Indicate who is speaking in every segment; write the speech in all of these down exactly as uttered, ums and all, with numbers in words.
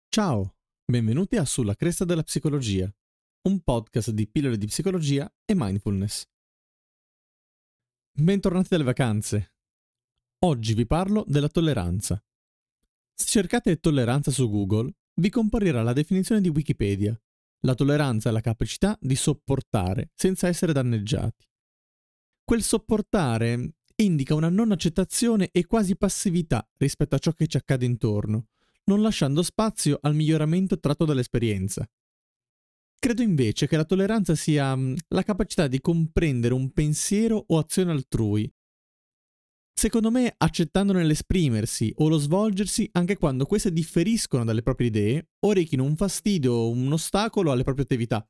Speaker 1: Ciao, benvenuti a Sulla Cresta della Psicologia, un podcast di pillole di psicologia e mindfulness. Bentornati dalle vacanze. Oggi vi parlo della tolleranza. Se cercate tolleranza su Google, vi comparirà la definizione di Wikipedia. La tolleranza è la capacità di sopportare senza essere danneggiati. Quel sopportare indica una non accettazione e quasi passività rispetto a ciò che ci accade intorno, non lasciando spazio al miglioramento tratto dall'esperienza. Credo invece che la tolleranza sia mh, la capacità di comprendere un pensiero o azione altrui. Secondo me, accettandone l'esprimersi o lo svolgersi anche quando queste differiscono dalle proprie idee o rechino un fastidio o un ostacolo alle proprie attività.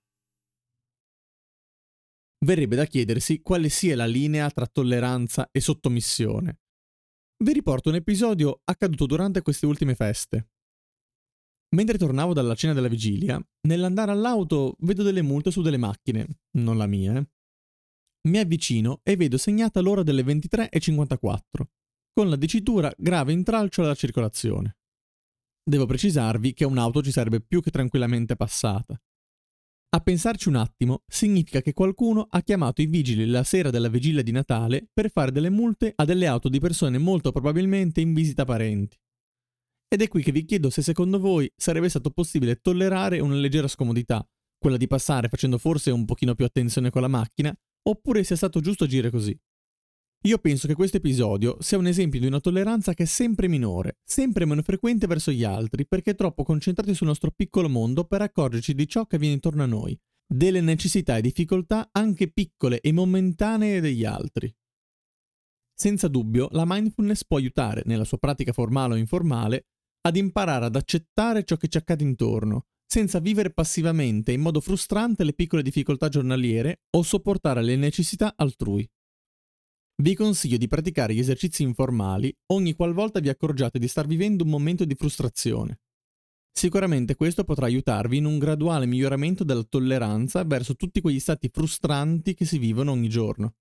Speaker 1: Verrebbe da chiedersi quale sia la linea tra tolleranza e sottomissione. Vi riporto un episodio accaduto durante queste ultime feste. Mentre tornavo dalla cena della vigilia, nell'andare all'auto vedo delle multe su delle macchine, non la mia, eh. Mi avvicino e vedo segnata l'ora delle ventitré e cinquantaquattro, con la dicitura grave intralcio alla circolazione. Devo precisarvi che un'auto ci sarebbe più che tranquillamente passata. A pensarci un attimo, significa che qualcuno ha chiamato i vigili la sera della vigilia di Natale per fare delle multe a delle auto di persone molto probabilmente in visita parenti. Ed è qui che vi chiedo se secondo voi sarebbe stato possibile tollerare una leggera scomodità, quella di passare facendo forse un pochino più attenzione con la macchina, oppure sia stato giusto agire così. Io penso che questo episodio sia un esempio di una tolleranza che è sempre minore, sempre meno frequente verso gli altri, perché è troppo concentrati sul nostro piccolo mondo per accorgerci di ciò che avviene intorno a noi, delle necessità e difficoltà anche piccole e momentanee degli altri. Senza dubbio, la mindfulness può aiutare, nella sua pratica formale o informale, ad imparare ad accettare ciò che ci accade intorno, senza vivere passivamente in modo frustrante le piccole difficoltà giornaliere o sopportare le necessità altrui. Vi consiglio di praticare gli esercizi informali ogni qualvolta vi accorgiate di star vivendo un momento di frustrazione. Sicuramente questo potrà aiutarvi in un graduale miglioramento della tolleranza verso tutti quegli stati frustranti che si vivono ogni giorno.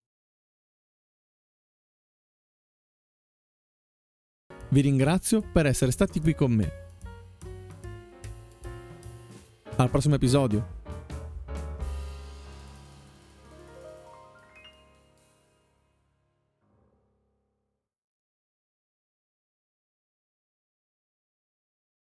Speaker 1: Vi ringrazio per essere stati qui con me. Al prossimo episodio!